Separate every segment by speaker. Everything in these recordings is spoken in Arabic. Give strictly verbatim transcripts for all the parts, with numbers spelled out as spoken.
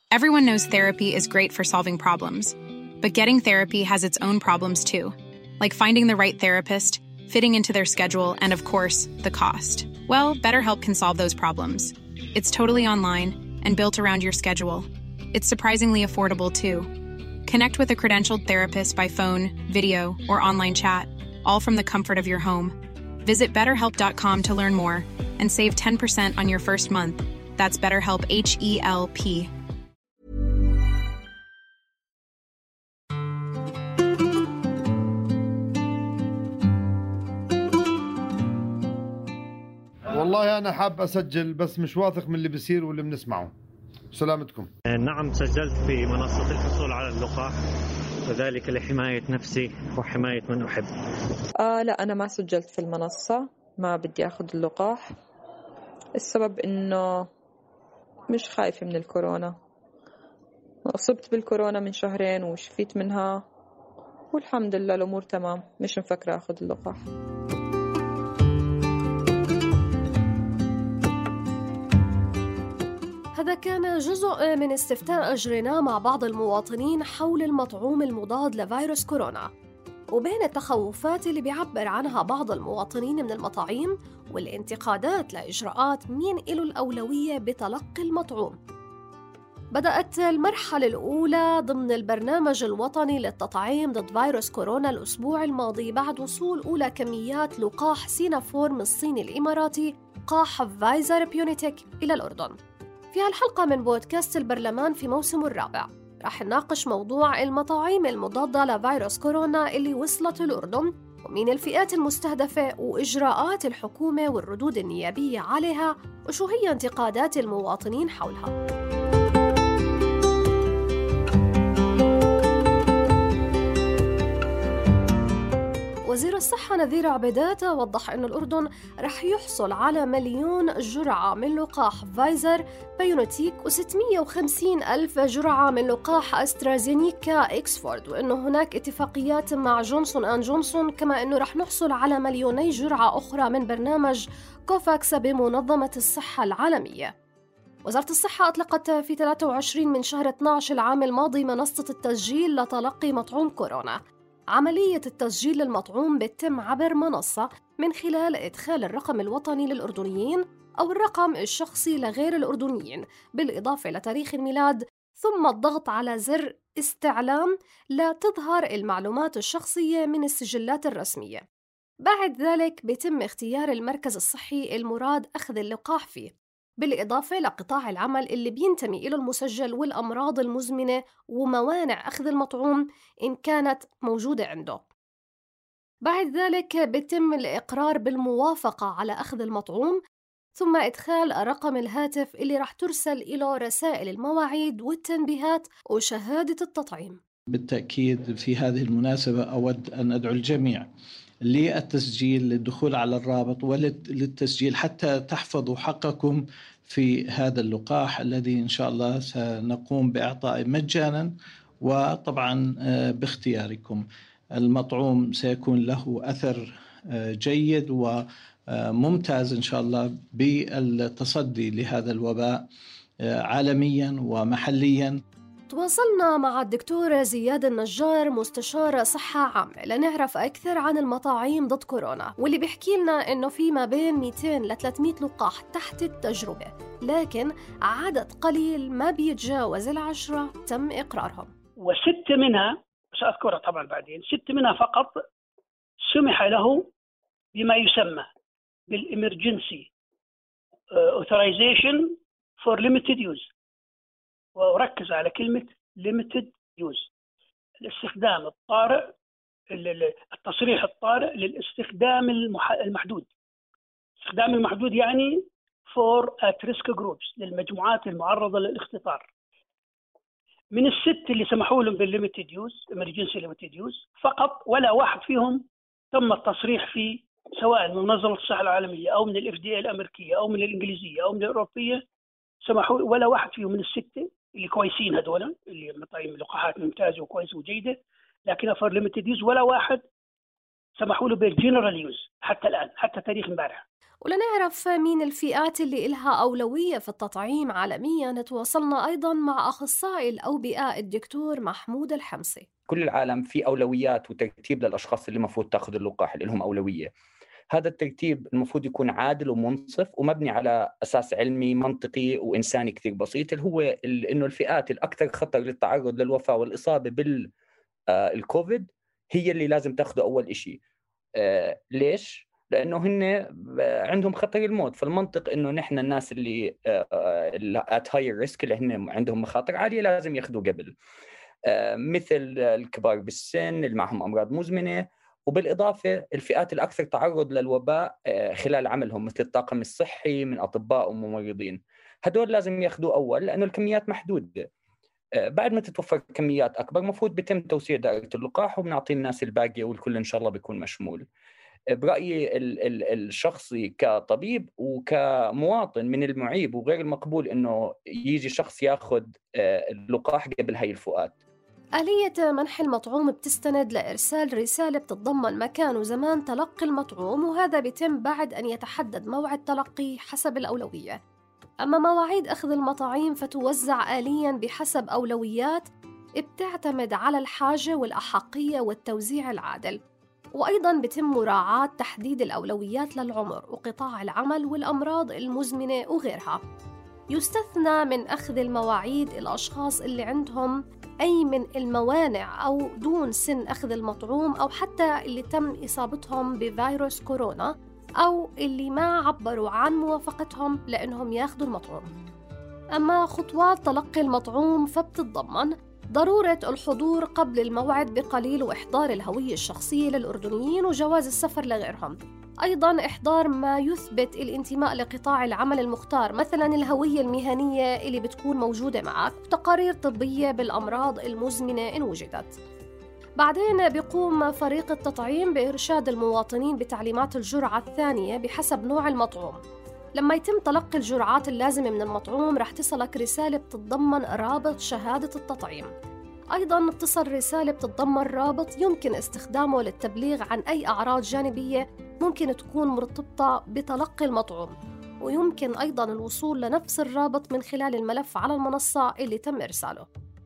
Speaker 1: Everyone knows therapy is great for solving problems, but getting therapy has its own problems too, like finding the right therapist, fitting into their schedule, and of course, the cost. Well, BetterHelp can solve those problems. It's totally online and built around your schedule. It's surprisingly affordable too. Connect with a credentialed therapist by phone, video, or online chat, all from the comfort of your home. Visit better help dot com to learn more and save ten percent on your first month. That's BetterHelp, H E L P.
Speaker 2: والله أنا حاب أسجل بس مش واثق من اللي بيصير واللي بنسمعه. سلامتكم.
Speaker 3: نعم، سجلت في منصة الحصول على اللقاح، وذلك لحماية نفسي وحماية من أحب.
Speaker 4: آه لا، أنا ما سجلت في المنصة، ما بدي أخذ اللقاح. السبب إنه مش خايفة من الكورونا. أصبت بالكورونا من شهرين وشفيت منها والحمد لله الأمور تمام، مش مفكرة أخذ اللقاح.
Speaker 5: هذا كان جزء من استفتاء أجريناه مع بعض المواطنين حول المطعوم المضاد لفيروس كورونا، وبين التخوفات اللي بيعبر عنها بعض المواطنين من المطاعيم والانتقادات لإجراءات مين له الأولوية بتلقي المطعوم. بدأت المرحلة الأولى ضمن البرنامج الوطني للتطعيم ضد فيروس كورونا الأسبوع الماضي بعد وصول أولى كميات لقاح سينافورم الصيني الإماراتي لقاح فايزر بيونيتك إلى الأردن. في هالحلقة من بودكاست البرلمان في موسمه الرابع راح نناقش موضوع المطاعيم المضادة لفيروس كورونا اللي وصلت الأردن ومين الفئات المستهدفة وإجراءات الحكومة والردود النيابية عليها وشو هي انتقادات المواطنين حولها. وزير الصحة نذير عبيدات وضح أن الأردن رح يحصل على مليون جرعة من لقاح فايزر بايونتيك وستمية وخمسين ألف جرعة من لقاح أسترازينيكا إكسفورد، وأنه هناك اتفاقيات مع جونسون أند جونسون، كما أنه رح نحصل على مليوني جرعة أخرى من برنامج كوفاكس بمنظمة الصحة العالمية. وزارة الصحة أطلقت في ثلاثة وعشرين من شهر اثنا عشر العام الماضي منصة التسجيل لتلقي مطعوم كورونا. عملية التسجيل للمطعوم بتتم عبر منصة من خلال إدخال الرقم الوطني للأردنيين أو الرقم الشخصي لغير الأردنيين بالإضافة لتاريخ الميلاد، ثم الضغط على زر استعلام لتظهر المعلومات الشخصية من السجلات الرسمية. بعد ذلك بيتم اختيار المركز الصحي المراد أخذ اللقاح فيه، بالإضافة لقطاع العمل اللي بينتمي إلى المسجل والأمراض المزمنة وموانع أخذ المطعوم إن كانت موجودة عنده. بعد ذلك بيتم الإقرار بالموافقة على أخذ المطعوم، ثم إدخال رقم الهاتف اللي رح ترسل إلى رسائل المواعيد والتنبيهات وشهادة التطعيم.
Speaker 6: بالتأكيد في هذه المناسبة أود أن أدعو الجميع للتسجيل، للدخول على الرابط وللتسجيل حتى تحفظوا حقكم في هذا اللقاح الذي إن شاء الله سنقوم بإعطائه مجانا وطبعا باختياركم. المطعوم سيكون له أثر جيد وممتاز إن شاء الله بالتصدي لهذا الوباء عالميا ومحليا.
Speaker 5: تواصلنا مع الدكتور زياد النجار مستشار صحة عامة لنعرف أكثر عن المطاعيم ضد كورونا، واللي بيحكي لنا إنه في ما بين مئتين ل ثلاثمئة لقاح تحت التجربة، لكن عدد قليل ما بيتجاوز العشرة تم إقرارهم،
Speaker 7: وست منها سأذكرها طبعا بعدين، ست منها فقط سمح له بما يسمى بالإمرجنسي authorization for limited use، وركز على كلمة limited use، الاستخدام الطارئ، التصريح الطارئ للاستخدام المحدود. الاستخدام المحدود يعني for at risk groups، للمجموعات المعرضة للاختطار. من الست اللي سمحوا لهم بالlimited use emergency limited use فقط ولا واحد فيهم تم التصريح فيه، سواء من منظمة الصحة العالمية أو من ال إف دي إيه الأمريكية أو من الإنجليزية أو من الأوروبية، سمحوا ولا واحد فيهم من الستة اللي كويسين هذول اللي مطعيم لقاحات ممتازة وكويسة وجيدة، لكن فور ليميتد يوز ولا واحد سمحوا له بالجنرال يوز حتى الآن، حتى تاريخ امبارح.
Speaker 5: ولنعرف مين الفئات اللي إلها أولوية في التطعيم عالمياً، تواصلنا أيضاً مع أخصائي الأوبئة الدكتور محمود الحمصي.
Speaker 8: كل العالم في أولويات وترتيب للأشخاص اللي المفروض تأخذ اللقاح اللي لهم أولوية. هذا الترتيب المفروض يكون عادل ومنصف ومبني على أساس علمي منطقي وإنساني كثير بسيط، اللي هو إنه الفئات الأكثر خطر للتعرض للوفاة والإصابة بالكوفيد هي اللي لازم تأخذه أول إشي. آه ليش؟ لأنه هن عندهم خطر الموت، فالمنطق إنه نحن الناس اللي at higher risk اللي هن عندهم مخاطر عالية لازم يأخذوا قبل، آه مثل الكبار بالسن اللي معهم أمراض مزمنة، وبالإضافة الفئات الأكثر تعرض للوباء آه خلال عملهم مثل الطاقم الصحي من أطباء وممرضين. هدول لازم يأخذوا أول لأنه الكميات محدودة. آه بعد ما تتوفر كميات أكبر مفروض بيتم توسيع دائرة اللقاح وبنعطي الناس الباقية والكل إن شاء الله بيكون مشمول. برأيي الشخصي كطبيب وكمواطن من المعيب وغير المقبول إنه يجي شخص يأخذ اللقاح قبل هاي الفئات.
Speaker 5: آلية منح المطعوم بتستند لإرسال رسالة بتتضمن مكان وزمان تلقي المطعوم، وهذا بيتم بعد أن يتحدد موعد تلقيه حسب الأولوية. أما مواعيد أخذ المطاعيم فتوزع آلياً بحسب أولويات بتعتمد على الحاجة والأحقية والتوزيع العادل، وأيضاً بتم مراعاة تحديد الأولويات للعمر وقطاع العمل والأمراض المزمنة وغيرها. يستثنى من أخذ المواعيد الأشخاص اللي عندهم أي من الموانع أو دون سن أخذ المطعوم، أو حتى اللي تم إصابتهم بفيروس كورونا، أو اللي ما عبروا عن موافقتهم لأنهم ياخذوا المطعوم. أما خطوات تلقي المطعوم فبتتضمن ضرورة الحضور قبل الموعد بقليل وإحضار الهوية الشخصية للأردنيين وجواز السفر لغيرهم، أيضاً إحضار ما يثبت الانتماء لقطاع العمل المختار، مثلاً الهوية المهنية اللي بتكون موجودة معك، وتقارير طبية بالأمراض المزمنة إن وجدت. بعدين بيقوم فريق التطعيم بإرشاد المواطنين بتعليمات الجرعة الثانية بحسب نوع المطعوم. لما يتم تلقي الجرعات اللازمة من المطعوم رح تصلك رسالة بتتضمن رابط شهادة التطعيم. أيضاً بتصل رسالة بتتضمن رابط يمكن استخدامه للتبليغ عن أي أعراض جانبية ممكن تكون مرتبطة بتلقي المطعوم، ويمكن أيضاً الوصول لنفس الرابط من خلال الملف على المنصة اللي تم إرساله.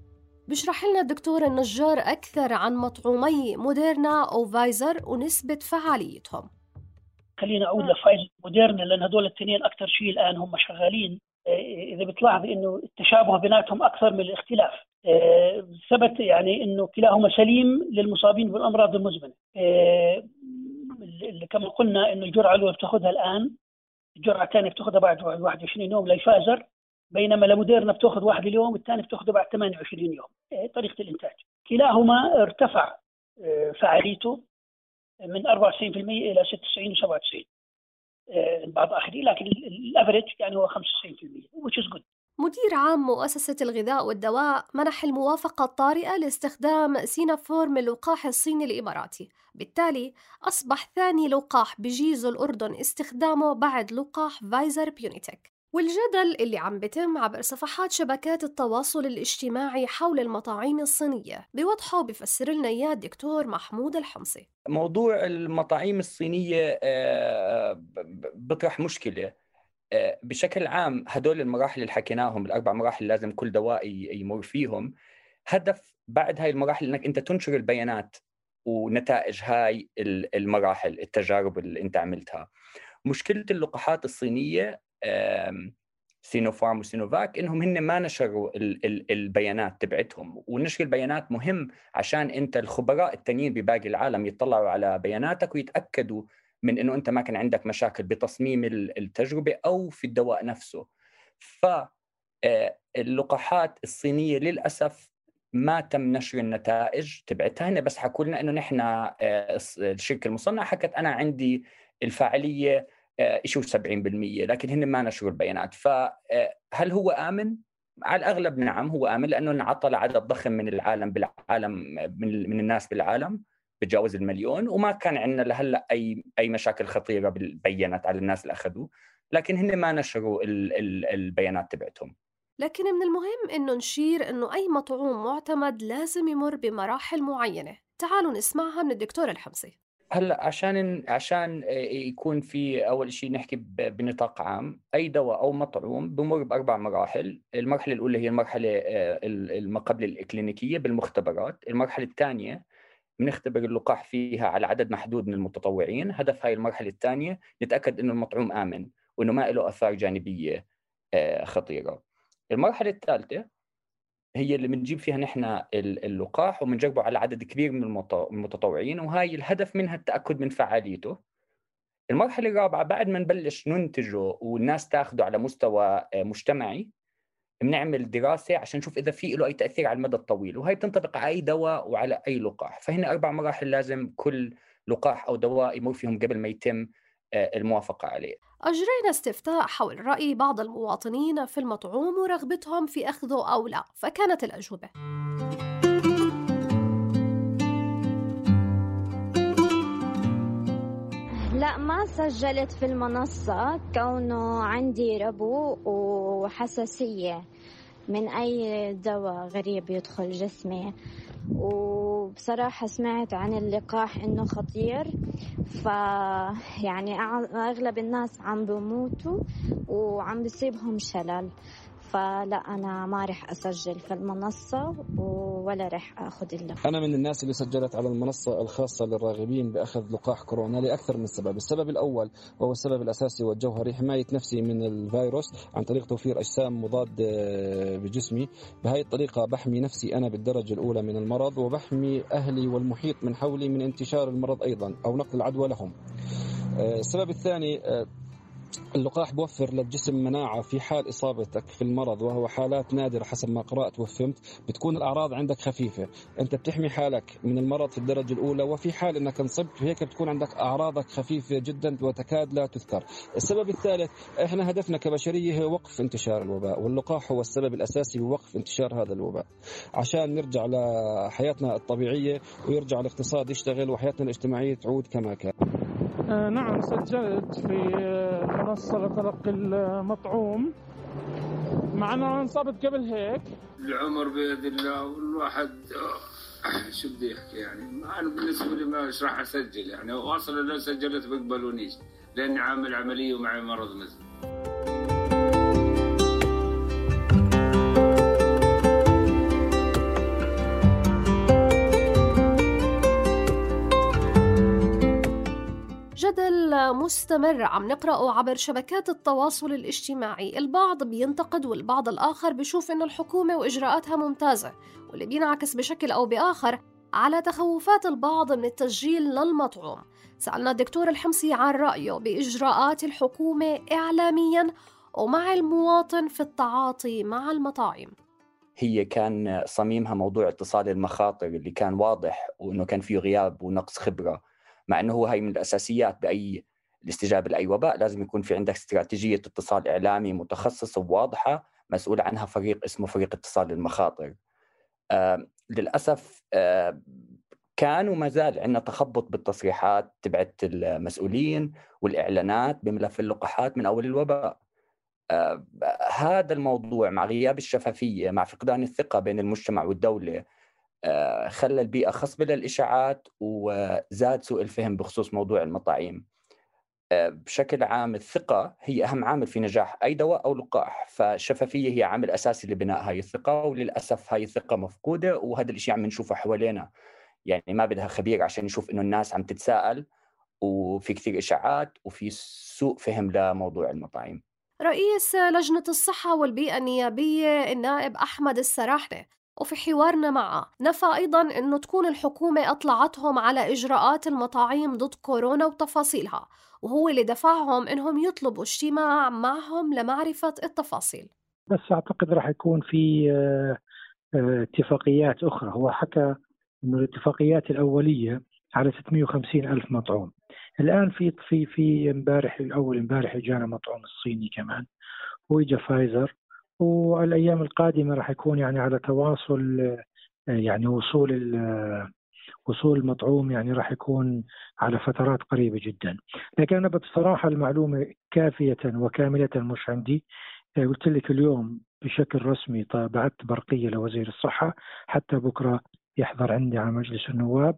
Speaker 5: بشرح لنا الدكتور النجار أكثر عن مطعومي موديرنا أو فايزر ونسبة فعاليتهم.
Speaker 7: خلينا أقول لفايزر موديرنا لأن هدول الاثنين أكثر شيء الآن هم شغالين. إذا بتلاحظ إنه التشابه بيناتهم أكثر من الاختلاف. ثبت يعني إنه كلاهما سليم للمصابين بالأمراض المزمنة. اللي كما قلنا إنه الجرعة الأولى بتاخذها الآن، الجرعة الثانية بتاخذها بعد واحد وعشرين يوم لفايزر، بينما لموديرنا بتاخذ واحد اليوم والثاني بتاخذه بعد ثمانية وعشرين يوم. طريقة الإنتاج كلاهما ارتفع فعاليته من أربعة وتسعين بالمئة إلى ستة وتسعين وسبعة وتسعين بعض آخرين، لكن الأفريج يعني هو خمسة وتسعين بالمئة which is good.
Speaker 5: مدير عام مؤسسة الغذاء والدواء منح الموافقة الطارئة لاستخدام سينوفارم اللقاح الصيني الإماراتي، بالتالي أصبح ثاني لقاح بجيز الأردن استخدامه بعد لقاح فايزر بيونيتك. والجدل اللي عم بيتم عبر صفحات شبكات التواصل الاجتماعي حول المطاعيم الصينية بيوضحه وبيفسر لنا إياه الدكتور محمود الحمصي.
Speaker 8: موضوع المطاعيم الصينية بطرح مشكلة بشكل عام. هدول المراحل اللي حكيناهم، الأربع مراحل لازم كل دواء يمر فيهم، هدف بعد هاي المراحل إنك أنت تنشر البيانات ونتائج هاي المراحل التجارب اللي أنت عملتها. مشكلة اللقاحات الصينية سينوفارم وسينوفاك إنهم هن ما نشروا البيانات تبعتهم، ونشر البيانات مهم عشان أنت الخبراء التانيين بباقي العالم يطلعوا على بياناتك ويتأكدوا من إنه أنت ما كان عندك مشاكل بتصميم التجربة أو في الدواء نفسه. فاللقاحات الصينية للأسف ما تم نشر النتائج تبعتها، هنا بس حكوا لنا إنه نحن الشركة المصنعة حكت أنا عندي الفاعلية إشو سبعين بالمئة، لكن هن ما نشروا البيانات. فهل هو آمن؟ على الأغلب نعم هو آمن، لأنه انعطى لعدد ضخم من العالم بالعالم من الناس بالعالم بتجاوز المليون، وما كان عندنا لهلا أي أي مشاكل خطيرة بينت على الناس اللي أخذوه، لكن هن ما نشروا ال ال البيانات تبعتهم.
Speaker 5: لكن من المهم إنه نشير إنه أي مطعوم معتمد لازم يمر بمراحل معينة. تعالوا نسمعها من الدكتور الحمصي.
Speaker 8: هلا عشان عشان يكون في اول شيء نحكي بنطاق عام، اي دواء او مطعوم بمر باربع مراحل. المرحله الاولى هي المرحله ما قبل الاكلينيكيه بالمختبرات. المرحله الثانيه بنختبر اللقاح فيها على عدد محدود من المتطوعين. هدف هاي المرحله الثانيه نتاكد انه المطعوم امن وانه ما له اثار جانبيه خطيره. المرحله الثالثه هي اللي بنجيب فيها نحن اللقاح وبنجربه على عدد كبير من المتطوعين، وهاي الهدف منها التأكد من فعاليته. المرحلة الرابعة بعد ما نبلش ننتجه والناس تاخده على مستوى مجتمعي، بنعمل دراسة عشان نشوف إذا في له أي تأثير على المدى الطويل، وهي بتنطبق على أي دواء وعلى أي لقاح. فهنا أربع مراحل لازم كل لقاح أو دواء يمر فيهم قبل ما يتم الموافقة عليه.
Speaker 5: أجرينا استفتاء حول رأي بعض المواطنين في المطعوم ورغبتهم في أخذه أو لا، فكانت الأجوبة:
Speaker 9: لا، ما سجلت في المنصة كونه عندي ربو وحساسية من أي دواء غريب يدخل جسمي، وبصراحة سمعت عن اللقاح إنه خطير، فيعني أغلب الناس عم بيموتوا وعم بيصيبهم شلل، فلا أنا ما رح أسجل في المنصة ولا رح أخذ اللقاح.
Speaker 10: أنا من الناس اللي سجلت على المنصة الخاصة للراغبين بأخذ لقاح كورونا لأكثر من سبب. السبب الأول وهو السبب الأساسي والجوهري حماية نفسي من الفيروس عن طريق توفير أجسام مضاد بجسمي. بهاي الطريقة بحمي نفسي أنا بالدرجة الأولى من المرض، وبحمي أهلي والمحيط من حولي من انتشار المرض أيضا أو نقل العدوى لهم. السبب الثاني، اللقاح بوفر للجسم مناعة في حال إصابتك في المرض، وهو حالات نادرة حسب ما قرأت وفهمت. بتكون الأعراض عندك خفيفة، أنت بتحمي حالك من المرض في الدرجة الأولى، وفي حال أنك انصبت هيك بتكون عندك أعراضك خفيفة جدا وتكاد لا تذكر. السبب الثالث، إحنا هدفنا كبشرية هو وقف انتشار الوباء، واللقاح هو السبب الأساسي بوقف انتشار هذا الوباء عشان نرجع لحياتنا الطبيعية ويرجع الاقتصاد يشتغل وحياتنا الاجتماعية تعود كما كان.
Speaker 11: آه نعم، سجلت في منصة لتلقي المطعوم، مع أنه انصابت قبل هيك.
Speaker 12: العمر بيد الله، والواحد شو بدي يحكي يعني. أنا بالنسبة لي ما مش راح أسجل يعني، واصل لو سجلت بقبلونيش لأني عامل عملية ومعي مرض مزمن.
Speaker 5: جدل مستمر عم نقرأه عبر شبكات التواصل الاجتماعي. البعض بينتقد والبعض الآخر بيشوف إنه الحكومة وإجراءاتها ممتازة، واللي بينعكس بشكل أو بآخر على تخوفات البعض من التسجيل للمطعوم. سألنا الدكتور الحمصي عن رأيه بإجراءات الحكومة إعلامياً ومع المواطن في التعاطي مع المطاعم.
Speaker 8: هي كان صميمها موضوع اتصال المخاطر اللي كان واضح، وإنه كان فيه غياب ونقص خبرة، مع أنه هو هي من الأساسيات بأي الاستجابة لأي وباء. لازم يكون في عندك استراتيجية اتصال إعلامي متخصصة وواضحة مسؤول عنها فريق اسمه فريق اتصال المخاطر. آه للأسف آه كان وما زال عندنا تخبط بالتصريحات تبعت المسؤولين والإعلانات بملف اللقاحات من أول الوباء. آه هذا الموضوع مع غياب الشفافية، مع فقدان الثقة بين المجتمع والدولة، آه خلى البيئة خصبة للإشاعات وزاد سوء الفهم بخصوص موضوع المطاعيم. آه بشكل عام الثقة هي أهم عامل في نجاح أي دواء أو لقاح، فالشفافية هي عامل أساسي لبناء هاي الثقة، وللأسف هاي الثقة مفقودة، وهذا الإشي عم نشوفه حوالينا. يعني ما بدها خبير عشان يشوف إنه الناس عم تتساءل، وفي كثير إشاعات وفي سوء فهم لموضوع المطاعيم.
Speaker 5: رئيس لجنة الصحة والبيئة النيابية النائب أحمد السراحنة، وفي حوارنا معه نفى أيضاً أنه تكون الحكومة أطلعتهم على إجراءات المطاعيم ضد كورونا وتفاصيلها، وهو اللي دفعهم أنهم يطلبوا اجتماع معهم لمعرفة التفاصيل.
Speaker 13: بس أعتقد راح يكون في اتفاقيات أخرى. هو حكى أنه الاتفاقيات الأولية على ستمئة وخمسين ألف مطعوم. الآن في في في امبارح الأول امبارح جانا مطعوم الصيني كمان، ويجا فايزر، والأيام القادمة راح يكون يعني على تواصل، يعني وصول وصول المطعوم يعني راح يكون على فترات قريبة جدا. لكن أنا بصراحة المعلومة كافية وكاملة مش عندي. قلت لك اليوم بشكل رسمي بعثت برقية لوزير الصحة حتى بكرة يحضر عندي على مجلس النواب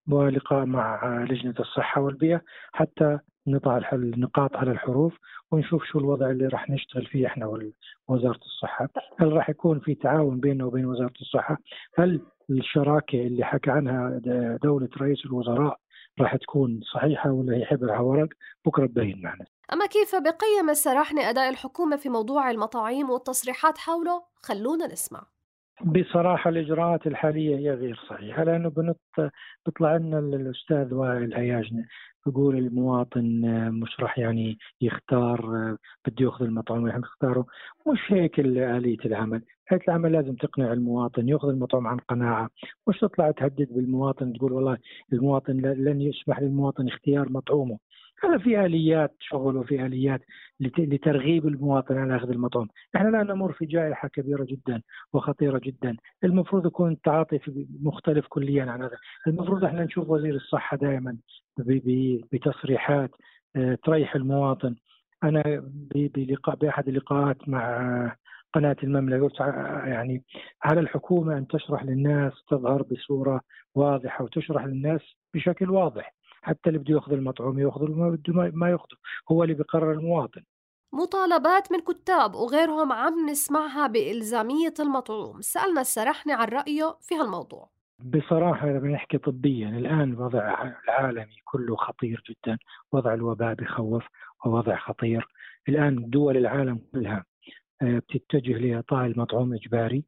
Speaker 13: ولقاء مع لجنة الصحة والبيئة حتى نضع النقاط على الحروف ونشوف شو الوضع اللي راح نشتغل فيه احنا ووزارة الصحة. هل راح يكون في تعاون بيننا وبين وزارة الصحة؟ هل الشراكة اللي حكى عنها دولة رئيس الوزراء راح تكون صحيحة ولا هي حبر على ورق؟ بكرة تبين معنا.
Speaker 5: أما كيف بقيم السراحنة أداء الحكومة في موضوع المطاعيم والتصريحات حوله؟ خلونا نسمع.
Speaker 13: بصراحة الإجراءات الحالية هي غير صحيحة، لأنه بنط بيطلع لنا الأستاذ وائل هياجنة بيقول المواطن مش راح يعني يختار بده يأخذ المطعم ويحب يختاره. مش هيك آلية العمل. آلية العمل لازم تقنع المواطن يأخذ المطعم عن قناعة، مش تطلع تهدد بالمواطن تقول والله المواطن لن يسمح للمواطن اختيار مطعومه. هذا في آليات شغل وفي آليات لترغيب المواطن على أخذ المطعم. احنا الآن نمر في جائحة كبيرة جدا وخطيرة جدا، المفروض يكون التعاطي مختلف كليا عن هذا. المفروض احنا نشوف وزير الصحة دائما بتصريحات تريح المواطن. أنا بلقاء بأحد اللقاءات مع قناة المملكة قلت يعني على الحكومة أن تشرح للناس، تظهر بصورة واضحة وتشرح للناس بشكل واضح، حتى اللي بده يأخذ المطعوم يأخذ وما بده ما يأخذه، هو اللي بيقرر المواطن.
Speaker 5: مطالبات من كتاب وغيرهم عم نسمعها بإلزامية المطعوم. سألنا السراحنة عن رأيه في هالموضوع.
Speaker 13: بصراحة لما نحكي طبيا الآن الوضع العالمي كله خطير جدا، وضع الوباء بخوف ووضع خطير. الآن دول العالم كلها بتتجه لإعطاء المطعوم إجباري.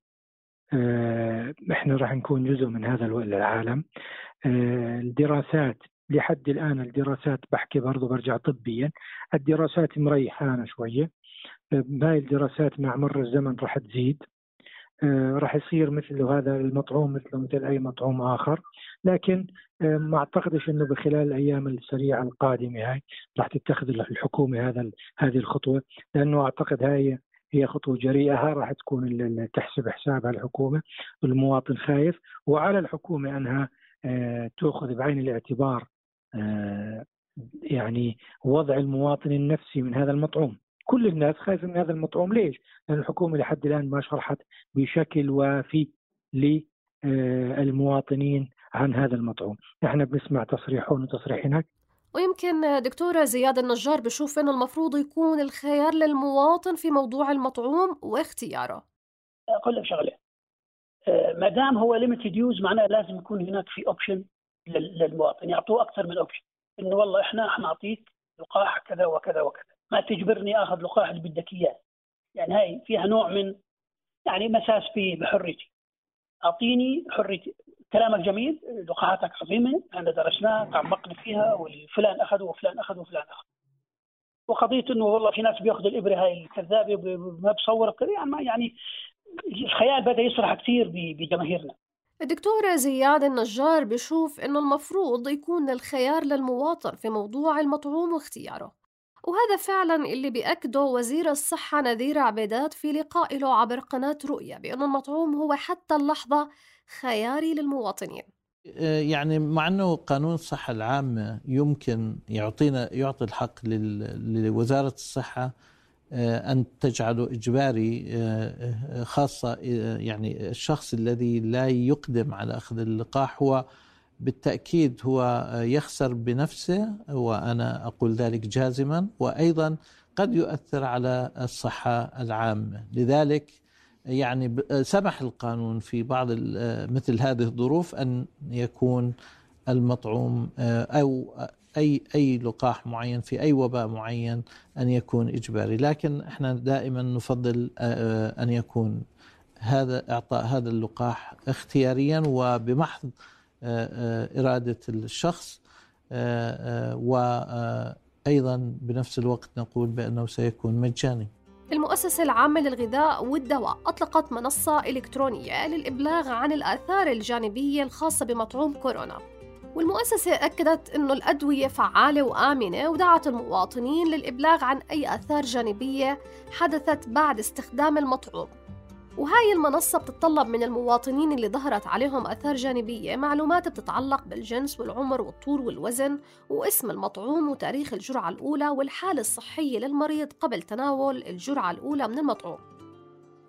Speaker 13: احنا راح نكون جزء من هذا العالم. الدراسات لحد الآن الدراسات بحكي برضو برجع طبيا، الدراسات مريحانا شوية. هاي الدراسات مع مر الزمن راح تزيد، راح يصير مثل هذا المطعوم مثل مثل أي مطعوم آخر. لكن ما أعتقدش أنه بخلال الأيام السريعة القادمة هاي راح تتخذ الحكومة هذا هذه الخطوة، لأنه أعتقد هاي هي خطوة جريئة راح تكون تحسب حسابها الحكومة. المواطن خايف وعلى الحكومة أنها تأخذ بعين الاعتبار يعني وضع المواطن النفسي من هذا المطعوم. كل الناس خايفة من هذا المطعوم. ليش؟ لأن الحكومة لحد الآن ما شرحت بشكل وافي للمواطنين عن هذا المطعوم. احنا بنسمع تصريح هون وتصريح هناك.
Speaker 5: ويمكن دكتورة زياد النجار بشوف إنه المفروض يكون الخيار للمواطن في موضوع المطعوم واختياره.
Speaker 7: أقول لك شغلة، ما دام هو ليميتد يوز معناه لازم يكون هناك في اوبشن للمواطن، يعطوه اكثر من اوبشن، انه والله احنا حنعطيك لقاح كذا وكذا وكذا، ما تجبرني اخذ لقاح اللي بدك اياه. يعني هاي فيها نوع من يعني مساس بحريتي. اعطيني حريتي. كلامك جميل، لقاحاتك عظيمه، انا درسناها تعمقنا فيها، وفلان اخذ وفلان اخذ وفلان اخذ. وقضيه انه والله في ناس بياخذوا الابره هاي الكذابه ما بصور كذا، يعني يعني الخيال بدأ يسرح كثير بجماهيرنا.
Speaker 5: الدكتور زياد النجار بيشوف إنه المفروض يكون الخيار للمواطن في موضوع المطعوم واختياره، وهذا فعلا اللي بيأكده وزير الصحة نذير عبيدات في لقاء له عبر قناة رؤيا، بأنه المطعوم هو حتى اللحظة خياري للمواطنين.
Speaker 6: يعني مع أنه قانون الصحة العامة يمكن يعطينا يعطي الحق لوزارة الصحة أن تجعله إجباري، خاصة يعني الشخص الذي لا يقدم على أخذ اللقاح هو بالتأكيد هو يخسر بنفسه، وأنا أقول ذلك جازما، وأيضا قد يؤثر على الصحة العامة. لذلك يعني سمح القانون في بعض مثل هذه الظروف أن يكون المطعوم أو أي أي لقاح معين في أي وباء معين أن يكون إجباري، لكن إحنا دائما نفضل أن يكون هذا إعطاء هذا اللقاح اختياريا وبمحض إرادة الشخص، وأيضا بنفس الوقت نقول بأنه سيكون مجاني.
Speaker 5: المؤسسة العامة للغذاء والدواء أطلقت منصة إلكترونية للإبلاغ عن الآثار الجانبية الخاصة بمطعوم كورونا، والمؤسسة أكدت أنه الأدوية فعالة وآمنة، ودعت المواطنين للإبلاغ عن أي آثار جانبية حدثت بعد استخدام المطعوم. وهاي المنصة بتتطلب من المواطنين اللي ظهرت عليهم آثار جانبية معلومات بتتعلق بالجنس والعمر والطول والوزن واسم المطعوم وتاريخ الجرعة الأولى والحالة الصحية للمريض قبل تناول الجرعة الأولى من المطعوم.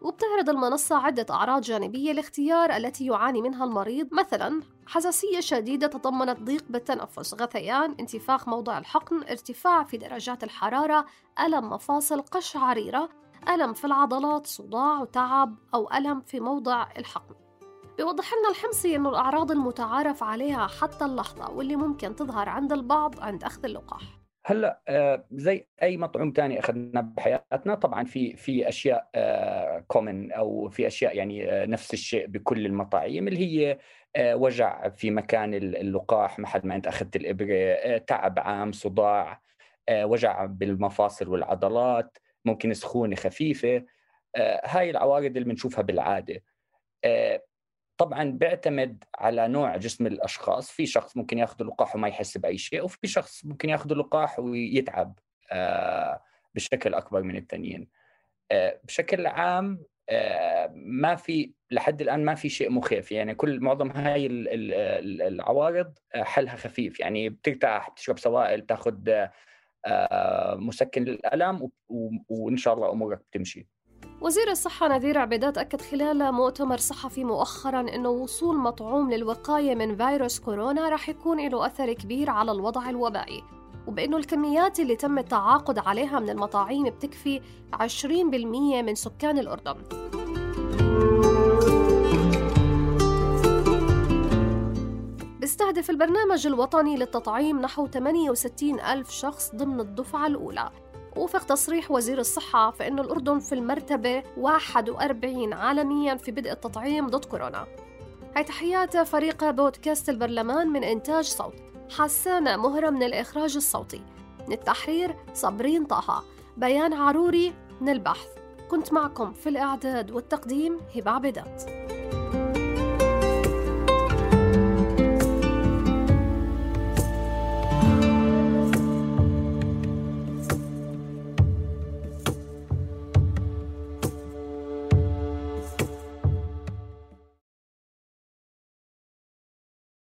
Speaker 5: وبتعرض المنصة عدة أعراض جانبية لاختيار التي يعاني منها المريض، مثلاً حساسية شديدة تضمنت ضيق بالتنفس، غثيان، انتفاخ موضع الحقن، ارتفاع في درجات الحرارة، ألم مفاصل، قشعريرة، ألم في العضلات، صداع وتعب أو ألم في موضع الحقن. بيوضح لنا الحمصي إنه الأعراض المتعارف عليها حتى اللحظة واللي ممكن تظهر عند البعض عند أخذ اللقاح.
Speaker 8: هلا زي اي مطعوم ثاني اخذناه بحياتنا، طبعا في في اشياء كومن او في اشياء يعني نفس الشيء بكل المطاعيم، اللي هي وجع في مكان اللقاح محل ما انت اخذت الابره، تعب عام، صداع، وجع بالمفاصل والعضلات، ممكن سخونه خفيفه. هاي العوارض اللي بنشوفها بالعاده. طبعا بيعتمد على نوع جسم الاشخاص، في شخص ممكن ياخذ اللقاح وما يحس باي شيء، وفي شخص ممكن ياخذ اللقاح ويتعب بشكل اكبر من التانيين. بشكل عام ما في لحد الان ما في شيء مخيف، يعني كل معظم هاي العوارض حلها خفيف، يعني بترتاح، بتشرب سوائل، بتاخذ مسكن للالم وان شاء الله امورك بتمشي.
Speaker 5: وزير الصحة نذير عبيدات أكد خلال مؤتمر صحفي مؤخراً أنه وصول مطعوم للوقاية من فيروس كورونا رح يكون له أثر كبير على الوضع الوبائي، وبأنه الكميات اللي تم التعاقد عليها من المطاعيم بتكفي عشرين بالمئة من سكان الأردن. بيستهدف البرنامج الوطني للتطعيم نحو ثمانية وستين ألف شخص ضمن الدفعة الأولى. وفق تصريح وزير الصحة فإن الأردن في المرتبة واحد وأربعين عالمياً في بدء التطعيم ضد كورونا. هاي تحيات فريق بودكاست البرلمان من إنتاج صوت، حسانة مهرة من الإخراج الصوتي، من التحرير صابرين طه، بيان عروري من البحث. كنت معكم في الإعداد والتقديم هبة عبيدات.